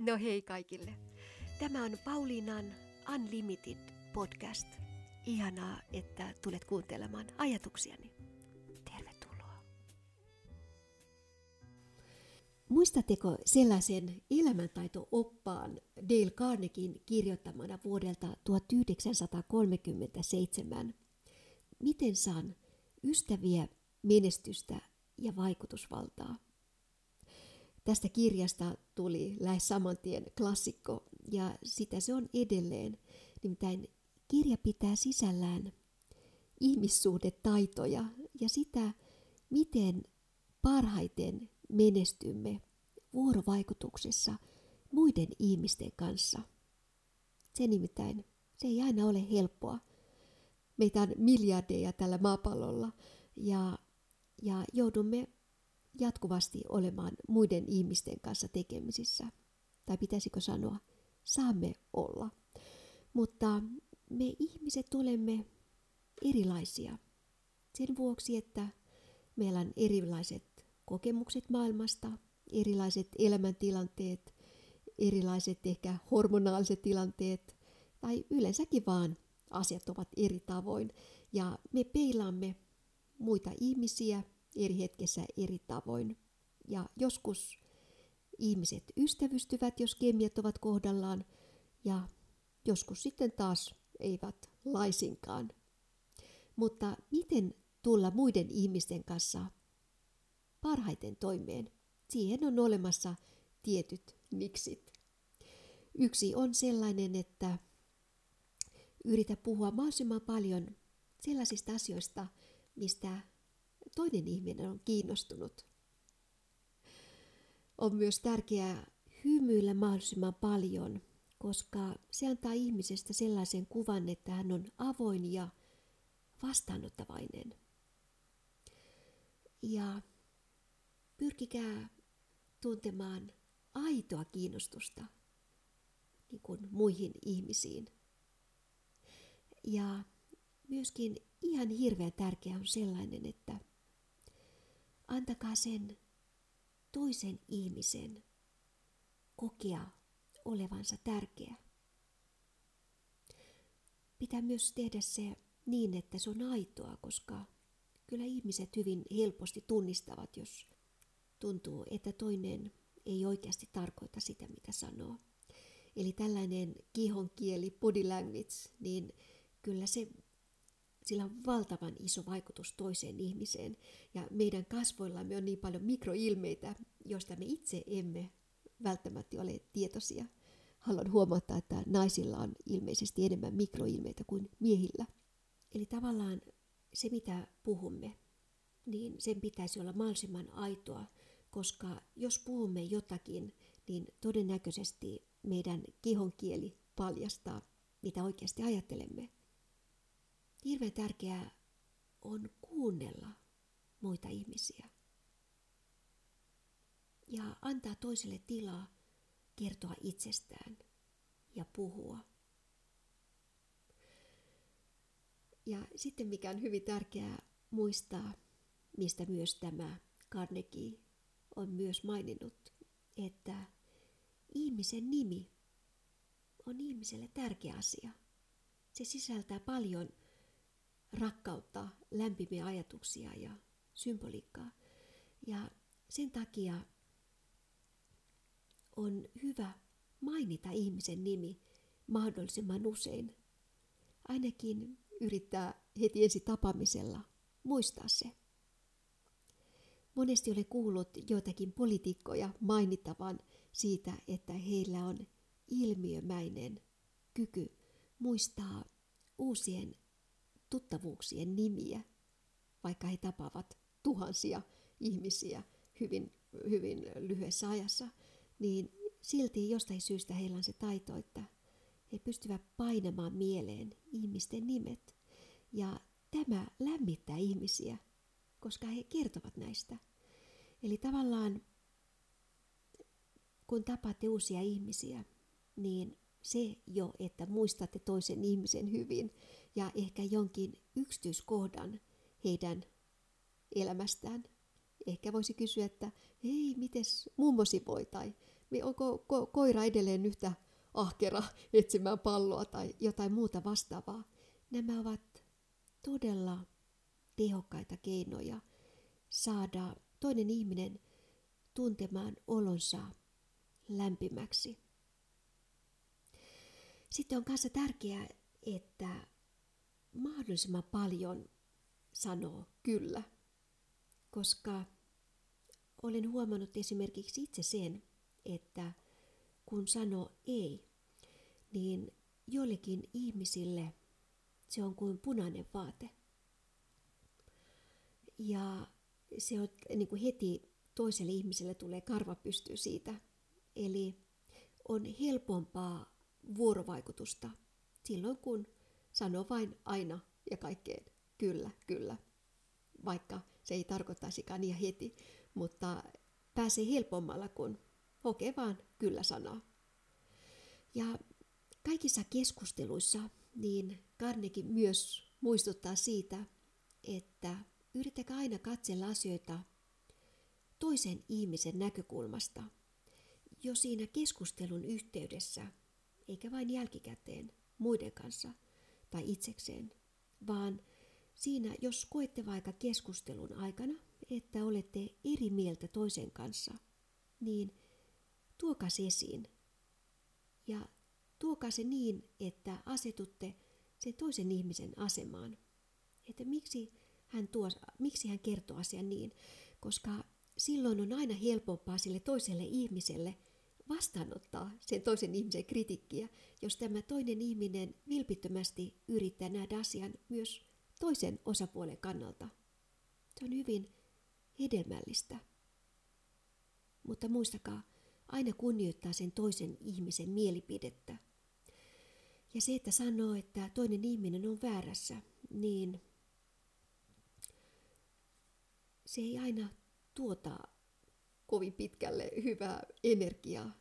No hei kaikille. Tämä on Pauliinan Unlimited podcast. Ihanaa, että tulet kuuntelemaan ajatuksiani. Tervetuloa. Muistatteko sellaisen elämäntaito-oppaan Dale Carnegien kirjoittamana vuodelta 1937? Miten saan ystäviä, menestystä ja vaikutusvaltaa? Tästä kirjasta tuli lähes saman tien klassikko, ja sitä se on edelleen. Nimittäin kirja pitää sisällään ihmissuhdetaitoja ja sitä, miten parhaiten menestymme vuorovaikutuksessa muiden ihmisten kanssa. Se nimittäin, se ei aina ole helppoa. Meitä on miljardeja tällä maapallolla ja joudumme jatkuvasti olemaan muiden ihmisten kanssa tekemisissä. Tai pitäisikö sanoa, saamme olla. Mutta me ihmiset olemme erilaisia. Sen vuoksi, että meillä on erilaiset kokemukset maailmasta, erilaiset elämäntilanteet, erilaiset ehkä hormonaaliset tilanteet, tai yleensäkin vaan asiat ovat eri tavoin. Ja me peilaamme muita ihmisiä eri hetkessä eri tavoin. Ja joskus ihmiset ystävystyvät, jos kemiat ovat kohdallaan, ja joskus sitten taas eivät laisinkaan. Mutta miten tulla muiden ihmisten kanssa parhaiten toimeen? Siihen on olemassa tietyt niksit. Yksi on sellainen, että yritä puhua mahdollisimman paljon sellaisista asioista, mistä toinen ihminen on kiinnostunut. On myös tärkeää hymyillä mahdollisimman paljon, koska se antaa ihmisestä sellaisen kuvan, että hän on avoin ja vastaanottavainen. Ja pyrkikää tuntemaan aitoa kiinnostusta niin kuin muihin ihmisiin. Ja myöskin ihan hirveän tärkeää on sellainen, että antakaa sen toisen ihmisen kokea olevansa tärkeä. Pitää myös tehdä se niin, että se on aitoa, koska kyllä ihmiset hyvin helposti tunnistavat, jos tuntuu, että toinen ei oikeasti tarkoita sitä, mitä sanoo. Eli tällainen kihonkieli, body language, niin kyllä sillä on valtavan iso vaikutus toiseen ihmiseen. Ja meidän kasvoillamme on niin paljon mikroilmeitä, joista me itse emme välttämättä ole tietoisia. Haluan huomata, että naisilla on ilmeisesti enemmän mikroilmeitä kuin miehillä. Eli tavallaan se, mitä puhumme, niin sen pitäisi olla mahdollisimman aitoa, koska jos puhumme jotakin, niin todennäköisesti meidän kihonkieli paljastaa, mitä oikeasti ajattelemme. Hirveän tärkeää on kuunnella muita ihmisiä ja antaa toiselle tilaa kertoa itsestään ja puhua. Ja sitten mikä on hyvin tärkeää muistaa, mistä myös tämä Carnegie on myös maininnut, että ihmisen nimi on ihmiselle tärkeä asia. Se sisältää paljon rakkautta, lämpimiä ajatuksia ja symboliikkaa. Ja sen takia on hyvä mainita ihmisen nimi mahdollisimman usein. Ainakin yrittää heti ensi tapaamisella muistaa se. Monesti olen kuullut joitakin poliitikkoja mainittavan siitä, että heillä on ilmiömäinen kyky muistaa uusien tuttavuuksien nimiä, vaikka he tapaavat tuhansia ihmisiä hyvin lyhyessä ajassa, niin silti jostain syystä heillä on se taito, että he pystyvät painamaan mieleen ihmisten nimet. Ja tämä lämmittää ihmisiä, koska he kertovat näistä. Eli tavallaan, kun tapaatte uusia ihmisiä, niin se jo, että muistatte toisen ihmisen hyvin ja ehkä jonkin yksityiskohdan heidän elämästään. Ehkä voisi kysyä, että hei, mites mummosi voi, tai Onko koira edelleen yhtä ahkera etsimään palloa tai jotain muuta vastaavaa? Nämä ovat todella tehokkaita keinoja saada toinen ihminen tuntemaan olonsa lämpimäksi. Sitten on kanssa tärkeää, että mahdollisimman paljon sanoo kyllä, koska olen huomannut esimerkiksi itse sen, että kun sanoo ei, niin joillekin ihmisille se on kuin punainen vaate. Ja se on niin kuin heti toiselle ihmiselle tulee karva pystyyn siitä. Eli on helpompaa vuorovaikutusta silloin, kun sanoo vain aina ja kaikkeen kyllä, kyllä. Vaikka se ei tarkoittaisikaan ihan heti, mutta pääsee helpommalla, kun hokee vaan kyllä-sanaa. Ja kaikissa keskusteluissa niin Carnegie myös muistuttaa siitä, että yrittäkää aina katsella asioita toisen ihmisen näkökulmasta jo siinä keskustelun yhteydessä, eikä vain jälkikäteen muiden kanssa tai itsekseen, vaan siinä, jos koette vaikka keskustelun aikana, että olette eri mieltä toisen kanssa, niin tuokaa se esiin. Ja tuokaa se niin, että asetutte sen toisen ihmisen asemaan. Että miksi hän kertoo asian niin, koska silloin on aina helpompaa sille toiselle ihmiselle vastaanottaa sen toisen ihmisen kritiikkiä, jos tämä toinen ihminen vilpittömästi yrittää nähdä asian myös toisen osapuolen kannalta. Se on hyvin hedelmällistä. Mutta muistakaa, aina kunnioittaa sen toisen ihmisen mielipidettä. Ja se, että sanoo, että toinen ihminen on väärässä, niin se ei aina tuota kovin pitkälle hyvää energiaa.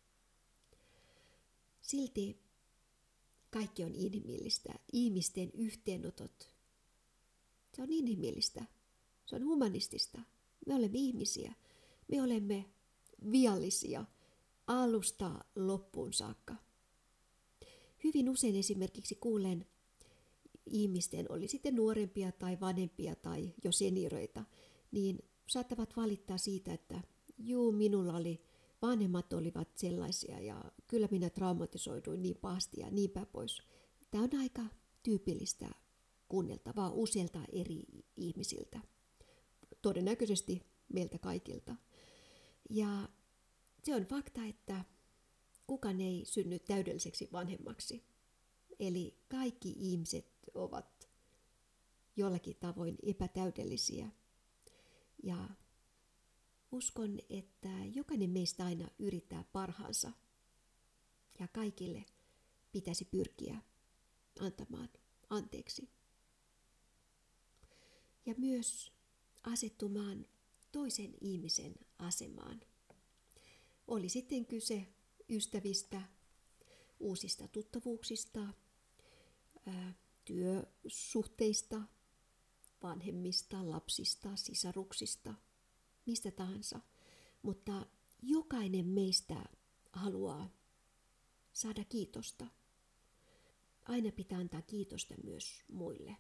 Silti kaikki on inhimillistä. Ihmisten yhteenotot. Se on inhimillistä. Se on humanistista. Me olemme ihmisiä. Me olemme viallisia alusta loppuun saakka. Hyvin usein esimerkiksi kuulen ihmisten, oli sitten nuorempia tai vanhempia tai jo senioreita, niin saattavat valittaa siitä, että minulla vanhemmat olivat sellaisia ja kyllä minä traumatisoiduin niin pahasti ja niin päin pois. Tämä on aika tyypillistä kuunneltavaa useilta eri ihmisiltä, todennäköisesti meiltä kaikilta. Ja se on fakta, että kukaan ei synny täydelliseksi vanhemmaksi. Eli kaikki ihmiset ovat jollakin tavoin epätäydellisiä. Ja uskon, että jokainen meistä aina yrittää parhaansa. Ja kaikille pitäisi pyrkiä antamaan anteeksi. Ja myös asettumaan toisen ihmisen asemaan. Oli sitten kyse ystävistä, uusista tuttavuuksista, työsuhteista, vanhemmista, lapsista, sisaruksista, mistä tahansa. Mutta jokainen meistä haluaa saada kiitosta. Aina pitää antaa kiitosta myös muille.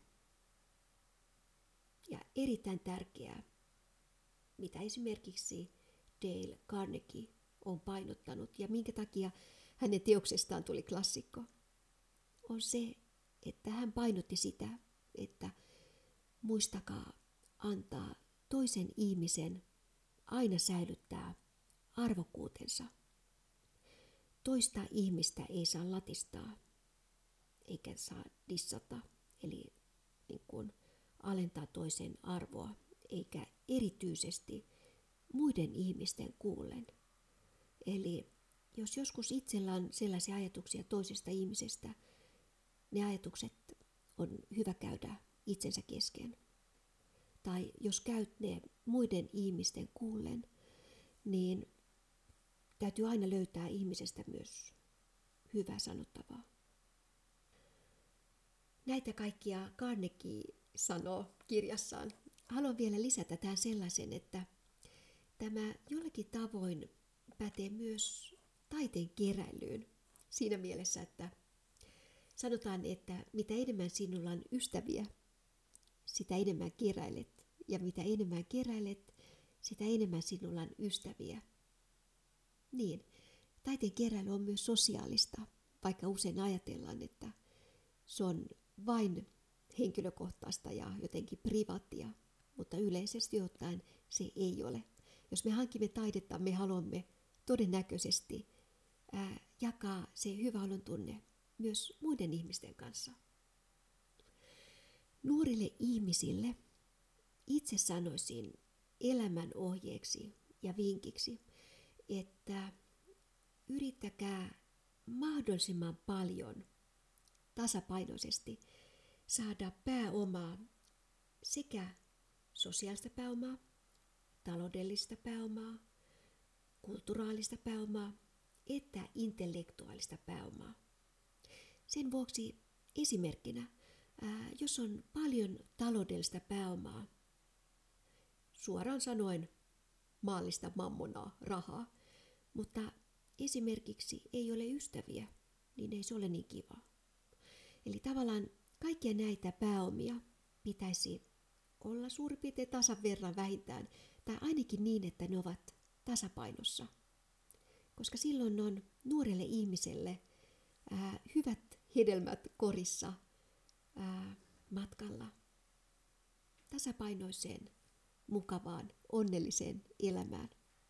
Ja erittäin tärkeää, mitä esimerkiksi Dale Carnegie on painottanut ja minkä takia hänen teoksestaan tuli klassikko, on se, että hän painotti sitä, että muistakaa antaa toisen ihmisen aina säilyttää arvokkuutensa. Toista ihmistä ei saa latistaa eikä saa dissata, eli niin kuin alentaa toisen arvoa, eikä erityisesti muiden ihmisten kuullen. Eli jos joskus itsellä on sellaisia ajatuksia toisesta ihmisestä, ne ajatukset on hyvä käydä itsensä kesken. Tai jos käyt ne muiden ihmisten kuullen, niin täytyy aina löytää ihmisestä myös hyvää sanottavaa. Näitä kaikkia Carnegie sanoo kirjassaan. Haluan vielä lisätä tähän sellaisen, että tämä jollakin tavoin pätee myös taiteen keräilyyn siinä mielessä, että sanotaan, että mitä enemmän sinulla on ystäviä, sitä enemmän keräilet. Ja mitä enemmän keräilet, sitä enemmän sinulla on ystäviä. Niin, taiteen keräily on myös sosiaalista, vaikka usein ajatellaan, että se on vain henkilökohtaista ja jotenkin privaattia, mutta yleisesti ottaen se ei ole. Jos me hankimme taidetta, me haluamme todennäköisesti jakaa se hyvä olon tunne myös muiden ihmisten kanssa. Nuorille ihmisille itse sanoisin elämän ohjeeksi ja vinkiksi, että yrittäkää mahdollisimman paljon tasapainoisesti saada pääomaa, sekä sosiaalista pääomaa, taloudellista pääomaa, kulttuuraalista pääomaa että intellektuaalista pääomaa. Sen vuoksi esimerkkinä, jos on paljon taloudellista pääomaa, suoraan sanoen maallista mammonaa, rahaa, mutta esimerkiksi ei ole ystäviä, niin ei se ole niin kivaa. Eli tavallaan kaikkia näitä pääomia pitäisi olla suurin piirtein tasan verran vähintään, tai ainakin niin, että ne ovat tasapainossa. Koska silloin on nuorelle ihmiselle hyvät hedelmät korissa matkalla tasapainoiseen, mukavaan, onnelliseen elämään.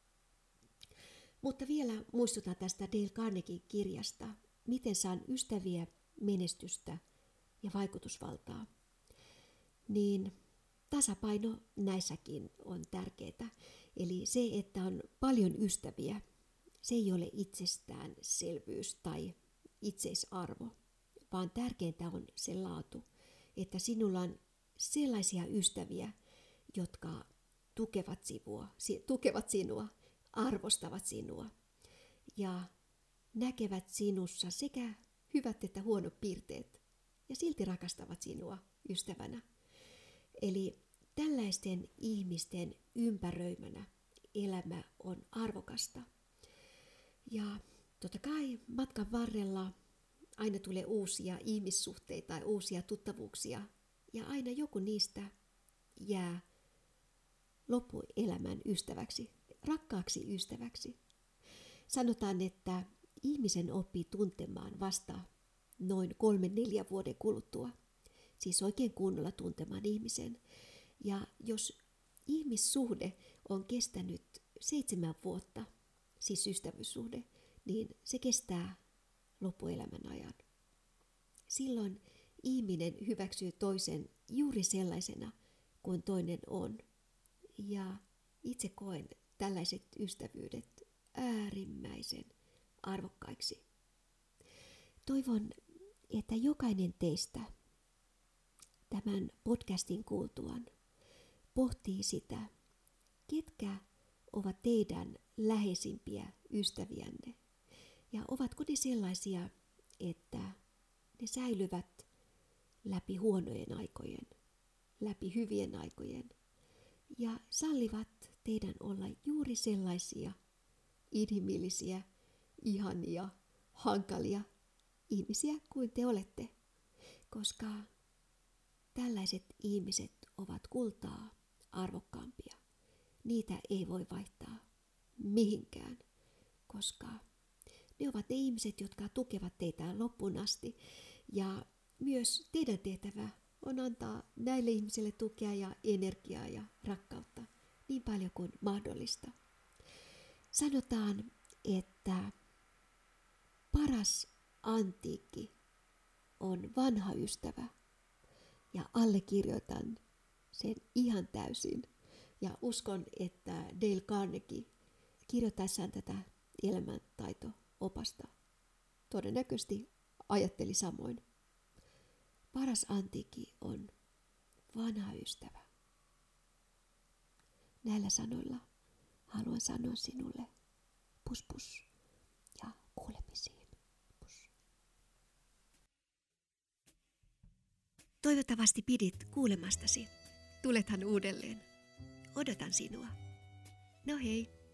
Mutta vielä muistutan tästä Dale Carnegien kirjasta, miten saan ystäviä, menestystä ja vaikutusvaltaa. Niin tasapaino näissäkin on tärkeää. Eli se, että on paljon ystäviä, se ei ole itsestäänselvyys tai itseisarvo, vaan tärkeintä on se laatu, että sinulla on sellaisia ystäviä, jotka tukevat sinua, arvostavat sinua ja näkevät sinussa sekä hyvät että huonot piirteet ja silti rakastavat sinua ystävänä. Eli tällaisten ihmisten ympäröimänä elämä on arvokasta. Ja totta kai matkan varrella aina tulee uusia ihmissuhteita tai uusia tuttavuuksia ja aina joku niistä jää loppuelämän ystäväksi, rakkaaksi ystäväksi. Sanotaan, että ihmisen oppii tuntemaan vasta noin 3-4 vuoden kuluttua, siis oikein kunnolla tuntemaan ihmisen. Ja jos ihmissuhde on kestänyt 7 vuotta, siis ystävyyssuhde, niin se kestää loppuelämän ajan. Silloin ihminen hyväksyy toisen juuri sellaisena kuin toinen on. Ja itse koen tällaiset ystävyydet äärimmäisen arvokkaiksi. Toivon, että jokainen teistä tämän podcastin kuultuaan pohtii sitä, ketkä ovat teidän läheisimpiä ystäviänne. Ja ovatko ne sellaisia, että ne säilyvät läpi huonojen aikojen, läpi hyvien aikojen. Ja sallivat teidän olla juuri sellaisia inhimillisiä, ihania, hankalia ihmisiä kuin te olette. Koska tällaiset ihmiset ovat kultaa arvokkaampia. Niitä ei voi vaihtaa mihinkään, koska ne ovat ne ihmiset, jotka tukevat teitä loppuun asti. Ja myös teidän tehtävä on antaa näille ihmisille tukea ja energiaa ja rakkautta niin paljon kuin mahdollista. Sanotaan, että paras antiikki on vanha ystävä ja allekirjoitan sen ihan täysin. Ja uskon, että Dale Carnegie kirjoittaessaan tätä elämäntaito-opasta todennäköisesti ajatteli samoin. Paras antiikki on vanha ystävä. Näillä sanoilla haluan sanoa sinulle pus pus ja kuulemisiin. Pus. Toivottavasti pidit kuulemastasi. Tulethan uudelleen. Odotan sinua. No hei!